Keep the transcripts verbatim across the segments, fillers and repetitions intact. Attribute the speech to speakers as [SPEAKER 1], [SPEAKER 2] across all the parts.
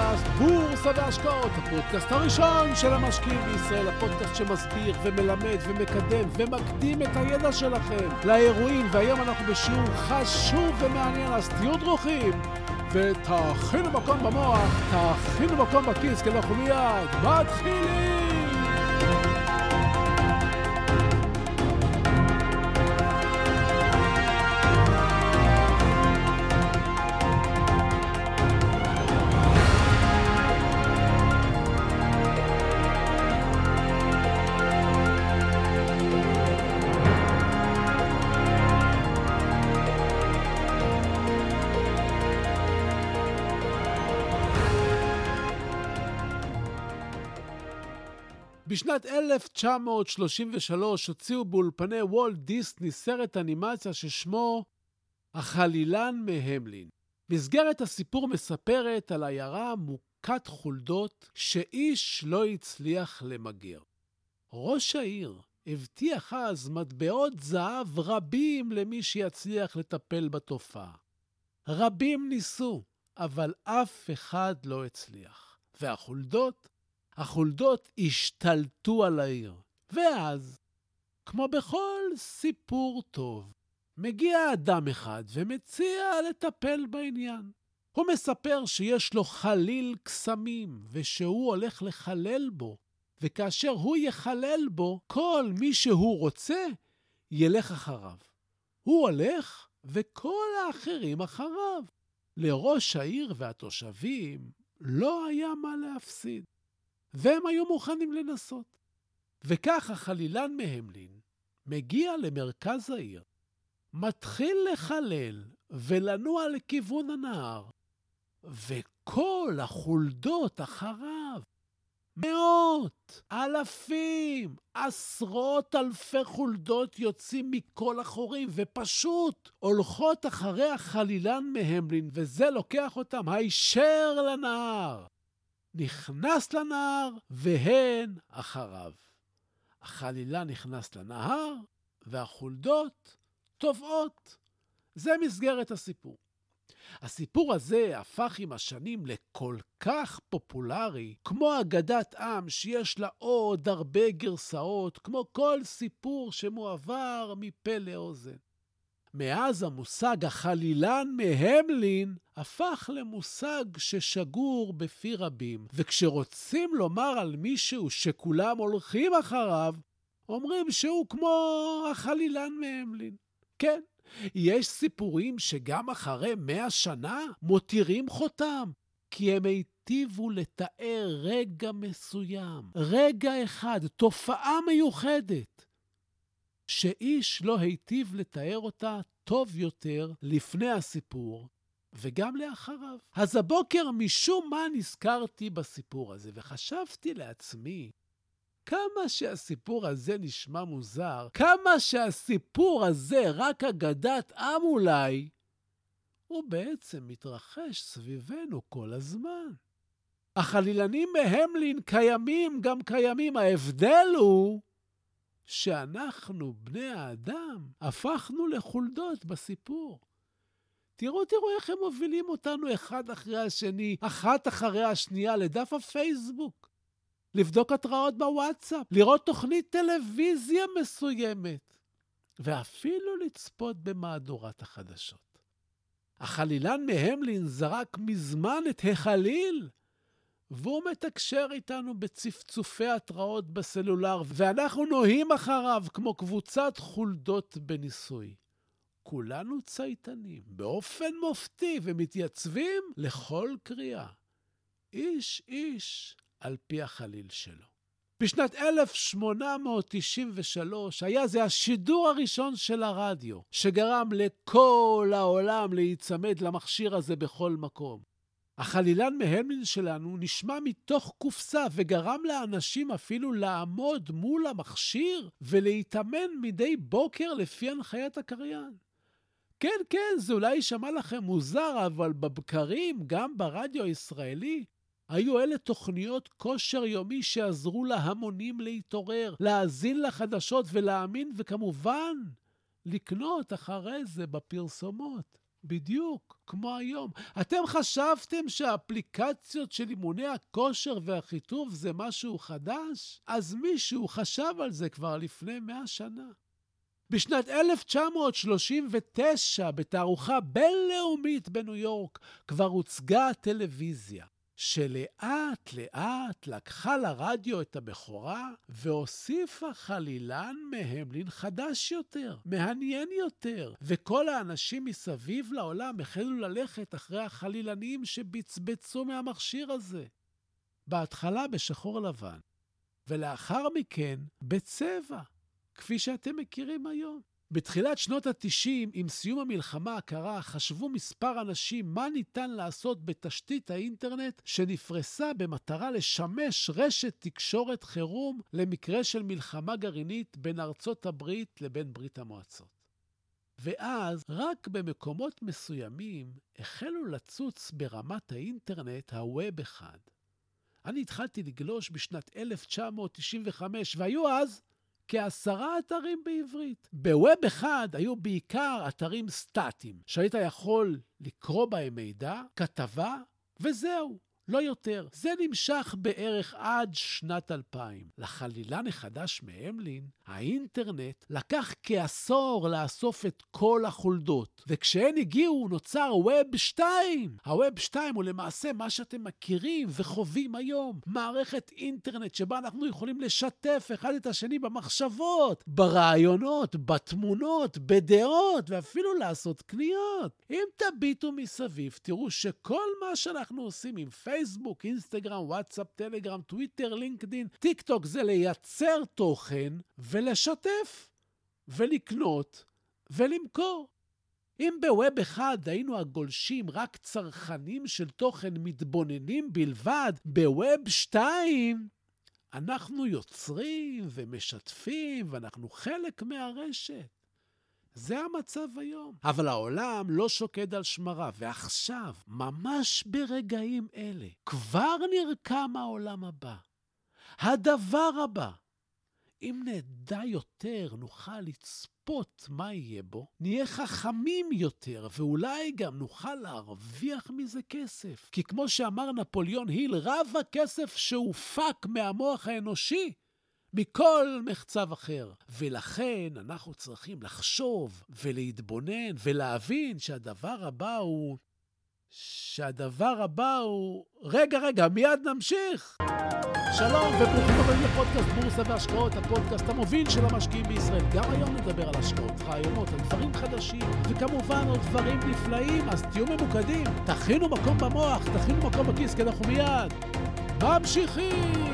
[SPEAKER 1] לפודקאסט בורסה והשקעות, הפודקאסט הראשון של המשקיעים בישראל, הפודקאסט שמסביר ומלמד ומקדם ומקדים את הידע שלכם לאירועים, והיום אנחנו בשיעור חשוב ומעניין, אז תהיו דרוכים ותכינו מקום במוח, תכינו מקום בכיס, כי אנחנו מיד מתחילים. בשנת אלף תשע מאות שלושים ושלוש הוציאו באולפני וולט דיסני סרט אנימציה ששמו החלילן מהמלין. מסגרת הסיפור מספרת על עיירה מוכת חולדות שאיש לא הצליח למגר. ראש העיר הבטיח אז מטבעות זהב רבים למי שיצליח לטפל בתופעה. רבים ניסו, אבל אף אחד לא הצליח. והחולדות החולדות השתלטו על העיר. ואז, כמו בכל סיפור טוב, מגיע אדם אחד ומציע לטפל בעניין. הוא מספר שיש לו חליל קסמים ושהוא הולך לחלל בו, וכאשר הוא יחלל בו, כל מי שהוא רוצה ילך אחריו. הוא הולך וכל האחרים אחריו. לראש העיר והתושבים לא היה מה להפסיד. והם היו מוכנים לנסות. וכך החלילן מהמלין מגיע למרכז העיר, מתחיל לחלל ולנוע לכיוון הנהר, וכל החולדות אחריו, מאות, אלפים, עשרות אלפי חולדות יוצאים מכל החורים, ופשוט הולכות אחרי החלילן מהמלין, וזה לוקח אותם הישר לנהר. נכנס לנהר והן אחריו. החלילה נכנס לנהר והחולדות טובעות. זה מסגרת הסיפור. הסיפור הזה הפך עם השנים לכל כך פופולרי, כמו אגדת עם שיש לה עוד הרבה גרסאות, כמו כל סיפור שמועבר מפה לאוזן. מאז המושג החלילן מהמלין הפך למושג ששגור בפי רבים, וכשרוצים לומר על מישהו שכולם הולכים אחריו, אומרים שהוא כמו החלילן מהמלין. כן, יש סיפורים שגם אחרי מאה שנה מותירים חותם, כי הם היטיבו לתאר רגע מסוים, רגע אחד, תופעה מיוחדת, שאיש לא היטיב לתאר אותה טוב יותר לפני הסיפור, וגם לאחריו. אז הבוקר משום מה נזכרתי בסיפור הזה, וחשבתי לעצמי, כמה שהסיפור הזה נשמע מוזר, כמה שהסיפור הזה רק אגדת עם אולי, הוא בעצם מתרחש סביבנו כל הזמן. החלילנים מהמלין קיימים גם קיימים, ההבדל הוא שאנחנו, בני האדם, הפכנו לחולדות בסיפור. תראו, תראו איך הם מובילים אותנו אחד אחרי השני, אחת אחרי השנייה, לדף הפייסבוק, לבדוק התראות בוואטסאפ, לראות תוכנית טלוויזיה מסוימת, ואפילו לצפות במהדורת החדשות. החלילן מהמלין זרק מזמן את החליל, והוא מתקשר איתנו בצפצופי התראות בסלולר, ואנחנו נוהים אחריו כמו קבוצת חולדות בניסוי. כולנו צייתנים, באופן מופתי, ומתייצבים לכל קריאה. איש איש על פי החליל שלו. בשנת אלף שמונה מאות תשעים ושלוש היה זה השידור הראשון של הרדיו, שגרם לכל העולם להיצמד למכשיר הזה בכל מקום. החלילן מהמלין שלנו נשמע מתוך קופסה וגרם לאנשים אפילו לעמוד מול המכשיר ולהתאמן מדי בוקר לפי הנחיית הקריין. כן, כן, זה אולי יישמע לכם מוזר, אבל בבקרים, גם ברדיו הישראלי, היו אלה תוכניות כושר יומי שעזרו להמונים להתעורר, להאזין לחדשות ולהאמין, וכמובן לקנות אחרי זה בפרסומות. בדיוק, כמו היום. אתם חשבתם שהאפליקציות של אימוני הכושר והחיטוב זה משהו חדש? אז מישהו חשב על זה כבר לפני מאה שנה. בשנת אלף תשע מאות שלושים ותשע, בתערוכה בינלאומית בניו יורק, כבר הוצגה הטלוויזיה, שלאט לאט לקחה לרדיו את הבכורה והוסיפה חלילן מהמלין חדש יותר, מעניין יותר, וכל האנשים מסביב לעולם החלו ללכת אחרי החלילנים שבצבצו מהמכשיר הזה. בהתחלה בשחור לבן, ולאחר מכן בצבע, כפי שאתם מכירים היום. בתחילת שנות ה-תשעים, עם סיום המלחמה הקרה, חשבו מספר אנשים מה ניתן לעשות בתשתית האינטרנט שנפרסה במטרה לשמש רשת תקשורת חירום למקרה של מלחמה גרעינית בין ארצות הברית לבין ברית המועצות. ואז רק במקומות מסוימים החלו לצוץ ברמת האינטרנט הווב אחד. אני התחלתי לגלוש בשנת אלף תשע מאות תשעים וחמש, והיו אז כעשרה אתרים בעברית. בווב אחד היו בעיקר אתרים סטטיים, שהיית יכול לקרוא בהם מידע, כתבה, וזהו, לא יותר. זה נמשך בערך עד שנת אלפיים. לחלילן החדש מהמלין, האינטרנט לקח כעשור לאסוף את כל החולדות, וכשהן הגיעו נוצר ווב שתיים. הווב שתיים הוא למעשה מה שאתם מכירים וחווים היום. מערכת אינטרנט שבה אנחנו יכולים לשתף אחד את השני במחשבות, ברעיונות, בתמונות, בדעות, ואפילו לעשות קניות. אם תביטו מסביב, תראו שכל מה שאנחנו עושים עם פייסבוק, אינסטגרם, וואטסאפ, טלגרם, טוויטר, לינקדין, טיק טוק, זה לייצר תוכן ולשתף ולקנות ולמכור. אם בווב אחד היינו הגולשים רק צרכנים של תוכן מתבוננים בלבד, בווב שתיים אנחנו יוצרים ומשתפים ואנחנו חלק מהרשת. זה המצב היום. אבל העולם לא שוקד על שמרה, ועכשיו, ממש ברגעים אלה, כבר נרקם העולם הבא. הדבר הבא. אם נדע יותר, נוכל לצפות מה יהיה בו, נהיה חכמים יותר, ואולי גם נוכל להרוויח מזה כסף. כי כמו שאמר נפוליאון היל, רב הכסף שהופק מהמוח האנושי, מכל מחצב אחר. ולכן אנחנו צריכים לחשוב ולהתבונן ולהבין שהדבר הבא הוא... שהדבר הבא הוא... רגע, רגע, מיד נמשיך! שלום וברוכים הבאים לפודקאסט בורסה והשקעות, הפודקאסט המוביל של המשקיעים בישראל. גם היום נדבר על השקעות, רעיונות, על דברים חדשים, וכמובן עוד דברים נפלאים, אז תהיו ממוקדים. תכינו מקום במוח, תכינו מקום בכיס, כי אנחנו מיד ממשיכים!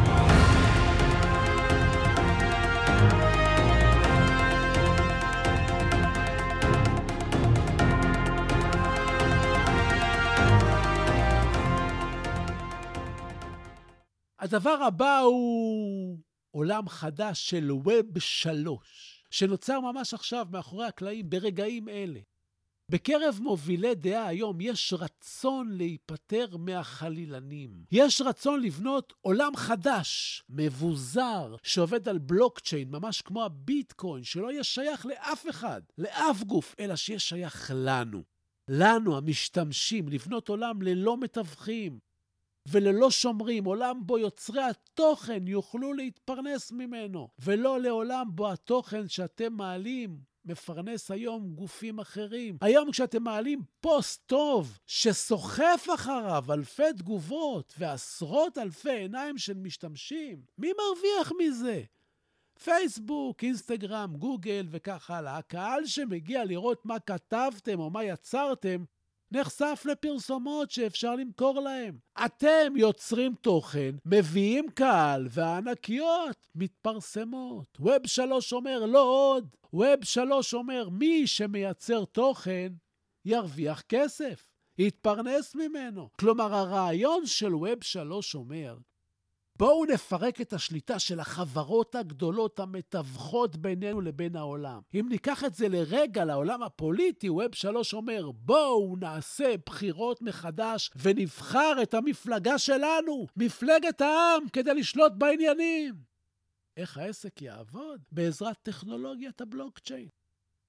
[SPEAKER 1] הדבר הבא הוא עולם חדש של ווב שלוש, שנוצר ממש עכשיו מאחורי הקלעים ברגעים אלה. בקרב מובילי דעה היום יש רצון להיפטר מהחלילנים. יש רצון לבנות עולם חדש, מבוזר, שעובד על בלוקצ'יין, ממש כמו הביטקוין, שלא יהיה שייך לאף אחד, לאף גוף, אלא שיהיה שייך לנו. לנו, המשתמשים, לבנות עולם ללא מתווכים. וללא שומרים, עולם בו יוצרי התוכן יוכלו להתפרנס ממנו, ולא לעולם בו התוכן שאתם מעלים מפרנס היום גופים אחרים. היום כשאתם מעלים פוסט טוב שסוחף אחריו אלפי תגובות ועשרות אלפי עיניים של משתמשים, מי מרוויח מזה? פייסבוק, אינסטגרם, גוגל וכך הלאה. הקהל שמגיע לראות מה כתבתם או מה יצרתם, נחשף לפרסומות שאפשר למכור להם. אתם יוצרים תוכן, מביאים קהל, והענקיות מתפרסמות. ווב שלוש אומר לא עוד. ווב שלוש אומר מי שמייצר תוכן ירוויח כסף, יתפרנס ממנו. כלומר, הרעיון של ווב שלוש אומר, בואו נפרק את השליטה של החברות הגדולות המתווכות בינינו לבין העולם. אם ניקח את זה לרגע לעולם הפוליטי, ווב שלוש אומר, בואו נעשה בחירות מחדש ונבחר את המפלגה שלנו, מפלגת העם, כדי לשלוט בעניינים. איך העסק יעבוד? בעזרת טכנולוגיית הבלוקצ'יין.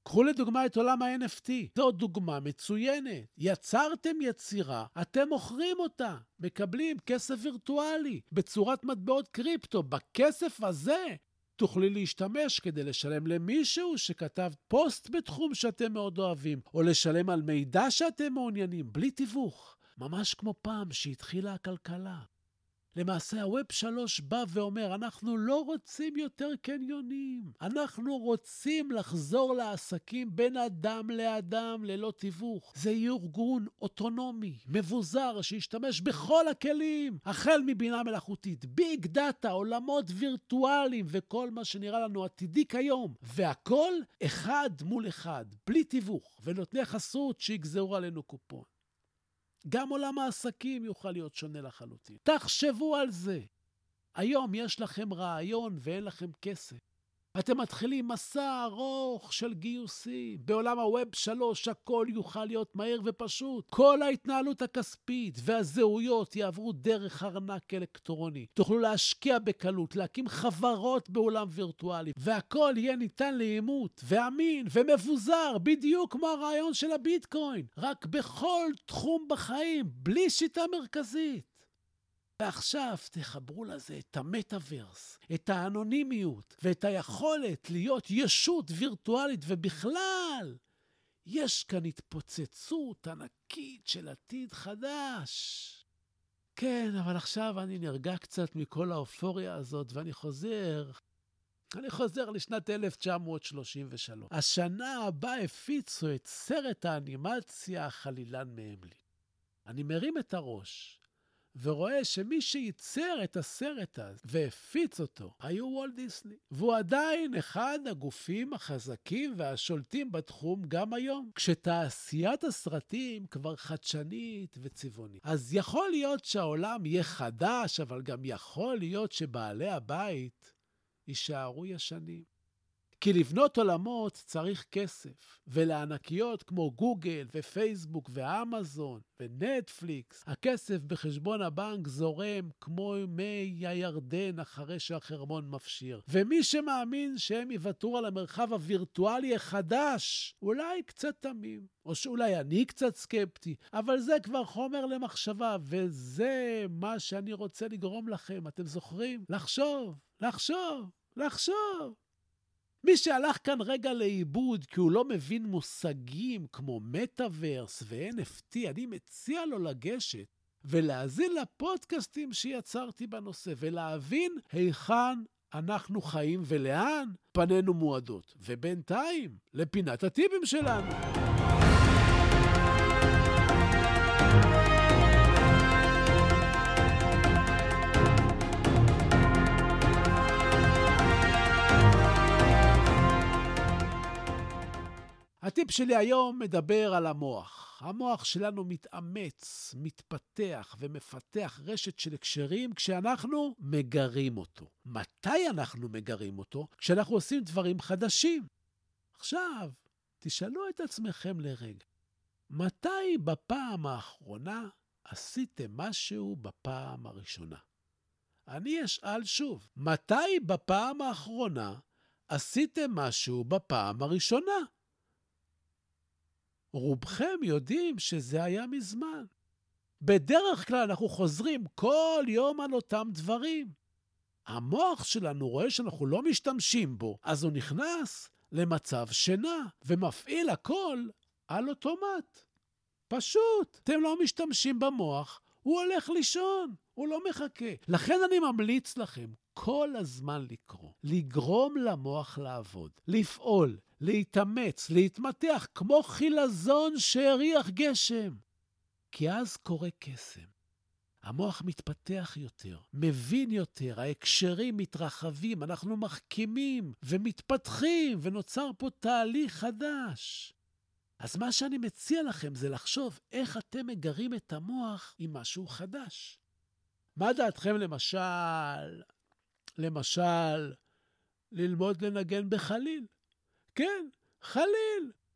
[SPEAKER 1] קחו לדוגמה את עולם ה-אן אף טי. זו דוגמה מצוינת. יצרתם יצירה, אתם מוכרים אותה. מקבלים כסף וירטואלי בצורת מטבעות קריפטו. בכסף הזה תוכלי להשתמש כדי לשלם למישהו שכתב פוסט בתחום שאתם מאוד אוהבים, או לשלם על מידע שאתם מעוניינים, בלי תיווך. ממש כמו פעם שהתחילה הכלכלה. למעשה, הווב שלוש בא ואומר, אנחנו לא רוצים יותר קניונים. אנחנו רוצים לחזור לעסקים בין אדם לאדם ללא תיווך. זה ארגון אוטונומי, מבוזר, שישתמש בכל הכלים, החל מבינה מלאכותית, ביג דאטה, עולמות וירטואליים וכל מה שנראה לנו עתידי כיום. והכל אחד מול אחד, בלי תיווך, ונותני חסות שיגזרו עלינו קופון. גם עולם העסקים יוכל להיות שונה לחלוטין. תחשבו על זה. היום יש לכם רעיון ואין לכם כסף. אתם מתחילים מסע ארוך של גיוסים. בעולם הווב שלוש הכל יוכל להיות מהר ופשוט. כל ההתנהלות הכספית והזהויות יעברו דרך ארנק אלקטרוני. תוכלו להשקיע בקלות, להקים חברות בעולם וירטואלי, והכל יהיה ניתן לאימות ואמין ומבוזר, בדיוק כמו הרעיון של הביטקוין, רק בכל תחום בחיים, בלי שיטה מרכזית. ועכשיו תחברו לזה את המטאברס, את האנונימיות ואת היכולת להיות ישות וירטואלית, ובכלל יש כאן התפוצצות ענקית של עתיד חדש. כן, אבל עכשיו אני נרגע קצת מכל האופוריה הזאת, ואני חוזר, אני חוזר לשנת אלף תשע מאות שלושים ושלוש. השנה הבאה הפיצו את סרט האנימציה החלילן מהמלין. אני מרים את הראש ורואה שמי שייצר את הסרט הזה והפיץ אותו היו וולט דיסני. והוא עדיין אחד הגופים החזקים והשולטים בתחום גם היום, כשתעשיית הסרטים כבר חדשנית וצבעונית. אז יכול להיות שהעולם יהיה חדש, אבל גם יכול להיות שבעלי הבית יישארו ישנים. כי לבנות עולמות צריך כסף, ולענקיות כמו גוגל ופייסבוק ואמזון ונטפליקס, הכסף בחשבון הבנק זורם כמו מי הירדן אחרי שהחרמון מפשיר. ומי שמאמין שהם יוותרו על המרחב הווירטואלי החדש, אולי קצת תמים, או שאולי אני קצת סקפטי, אבל זה כבר חומר למחשבה, וזה מה שאני רוצה לגרום לכם, אתם זוכרים? לחשוב, לחשוב, לחשוב. מי שהלך כאן רגע לאיבוד כי הוא לא מבין מושגים כמו מטאברס ו-אן אף טי, אני מציע לו לגשת ולהאזין לפודקאסטים שיצרתי בנושא ולהבין היכן אנחנו חיים ולאן פנינו מועדות. ובינתיים, לפינת הטיפים שלנו. הטיפ שלי היום מדבר על המוח. המוח שלנו מתאמץ, מתפתח ומפתח רשת של הקשרים כשאנחנו מגרים אותו. מתי אנחנו מגרים אותו? כשאנחנו עושים דברים חדשים. עכשיו, תשאלו את עצמכם לרגע, מתי בפעם האחרונה עשיתם משהו בפעם הראשונה? אני אשאל שוב, מתי בפעם האחרונה עשיתם משהו בפעם הראשונה? רובכם יודעים שזה היה מזמן. בדרך כלל אנחנו חוזרים כל יום על אותם דברים. המוח שלנו רואה שאנחנו לא משתמשים בו, אז הוא נכנס למצב שינה ומפעיל הכל על אוטומט. פשוט, אתם לא משתמשים במוח, הוא הולך לישון, הוא לא מחכה. לכן אני ממליץ לכם כל הזמן לקרוא, לגרום למוח לעבוד, לפעול, להתאמץ, להתמתח כמו חילזון שהריח גשם. כי אז קורה קסם. המוח מתפתח יותר, מבין יותר, ההקשרים מתרחבים, אנחנו מחכימים ומתפתחים ונוצר פה תהליך חדש. אז מה שאני מציע לכם זה לחשוב איך אתם מגרים את המוח עם משהו חדש. מה דעתכם למשל, למשל, ללמוד לנגן בחליל? כן, חליל.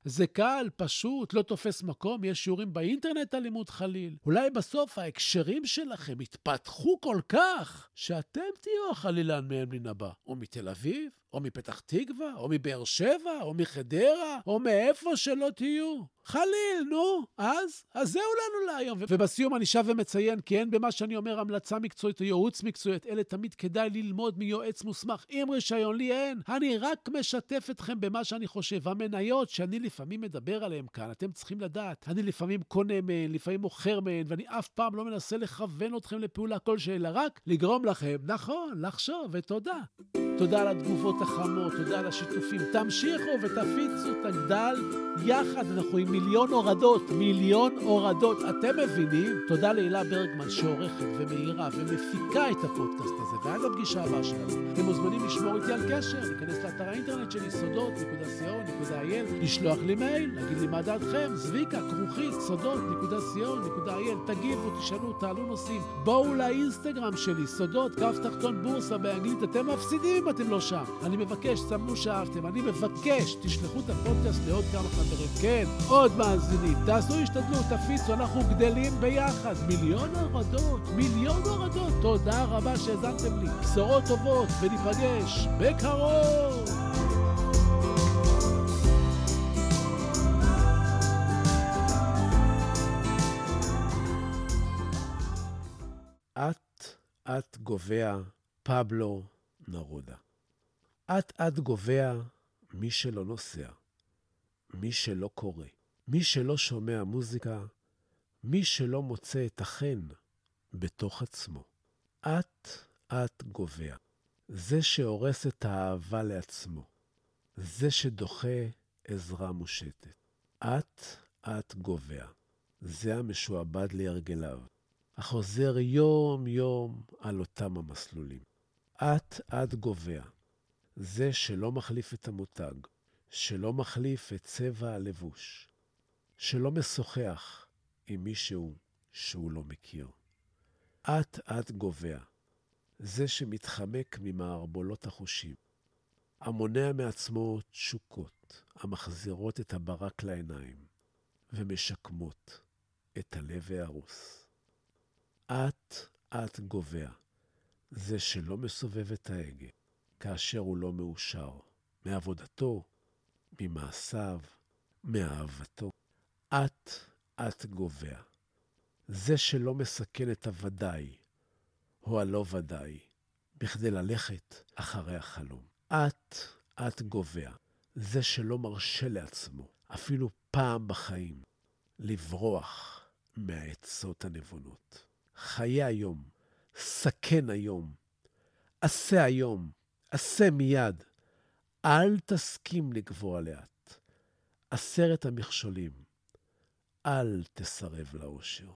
[SPEAKER 1] זה קל, פשוט, לא תופס מקום, יש שיעורים באינטרנט על לימוד חליל. אולי בסוף ההקשרים שלכם יתפתחו כל כך, שאתם תהיו החלילן מהמלין הבא. או מתל אביב, או מפתח תקווה, או מבאר שבע, או מחדרה, או מאיפה שלא תהיו. חליל, נו, אז, אז זהו לנו להיום. ובסיום אני שב ומציין, כי אין במה שאני אומר המלצה מקצועית או ייעוץ מקצועית, אלה תמיד כדאי ללמוד מיועץ מוסמך עם רישיון, לי אין. אני רק משתף אתכם במה שאני חושב. המניות שאני לפעמים מדבר עליהן כאן, אתם צריכים לדעת. אני לפעמים קונה מהן, לפעמים מוכר מהן, ואני אף פעם לא מנסה לכוון אתכם לפעולה כלשהי, אלא רק לגרום לכם, נכון, לחשוב, ותודה. תודה על התגובות החמות, תודה על השיתופים. תמשיכו ותפיצו, תגדל יחד. אנחנו עם מיליון הורדות, מיליון הורדות. אתם מבינים? תודה להילה ברגמן שעורכת ומאירה ומפיקה את הפודקאסט הזה. ועד הפגישה הבאה שלנו, אתם מוזמנים לשמור איתי על קשר, להיכנס לאתר האינטרנט שלי, סודות נקודה סי או נקודה איי אל, לשלוח לי מייל, להגיד לי מה דעתכם, זביקה, כרוכית, סודות נקודה סי או נקודה איי אל, תגיבו, תשאלו, תעלו נושאים. בואו לאינסטגרם שלי, סודות, קו תחתון בורסה באנגלית, אתם מפסידים אם אתם לא שם. אני מבקש, סמנו שאהבתם, אני מבקש, תשלחו את הפודקאסט לעוד כמה חברים. כן, עוד מאזינים, תעשו השתדלות, תפיצו, אנחנו גדלים ביחד. מיליון הורדות, מיליון הורדות. תודה רבה שהזנתם לי. בשורות טובות, וניפגש בקרוב. את, את גובע, פבלו נרודה. את, את גובע, מי שלא נוסע, מי שלא קורא, מי שלא שומע מוזיקה, מי שלא מוצא את החן בתוך עצמו. את, את גובע. זה שהורס את האהבה לעצמו. זה שדוחה עזרה מושטת. את, את גובע. זה המשועבד להרגליו. החוזר יום יום על אותם המסלולים. את, את גובע. זה שלא מחליף את המותג. שלא מחליף את צבע הלבוש. שלא משוחח עם מישהו שהוא לא מכיר. את, את גובע. זה שמתחמק ממערבולות החושים. המונע מעצמו תשוקות, המחזירות את הברק לעיניים, ומשקמות את הלב והרוס. את, את גובע. זה שלא מסובב את ההגה, כאשר הוא לא מאושר, מעבודתו, ממעשיו, מאהבתו. את, את גובע. זה שלא מסכן את הוודאי, או הלא ודאי, בכדי ללכת אחרי החלום. את, את גובע. זה שלא מרשה לעצמו, אפילו פעם בחיים, לברוח מהעצות הנבונות. חיה היום, סכן היום, עשה היום, עשה מיד. אל תסכים לגבוה לאט. עשרת המכשולים, אל תסרב לאושר.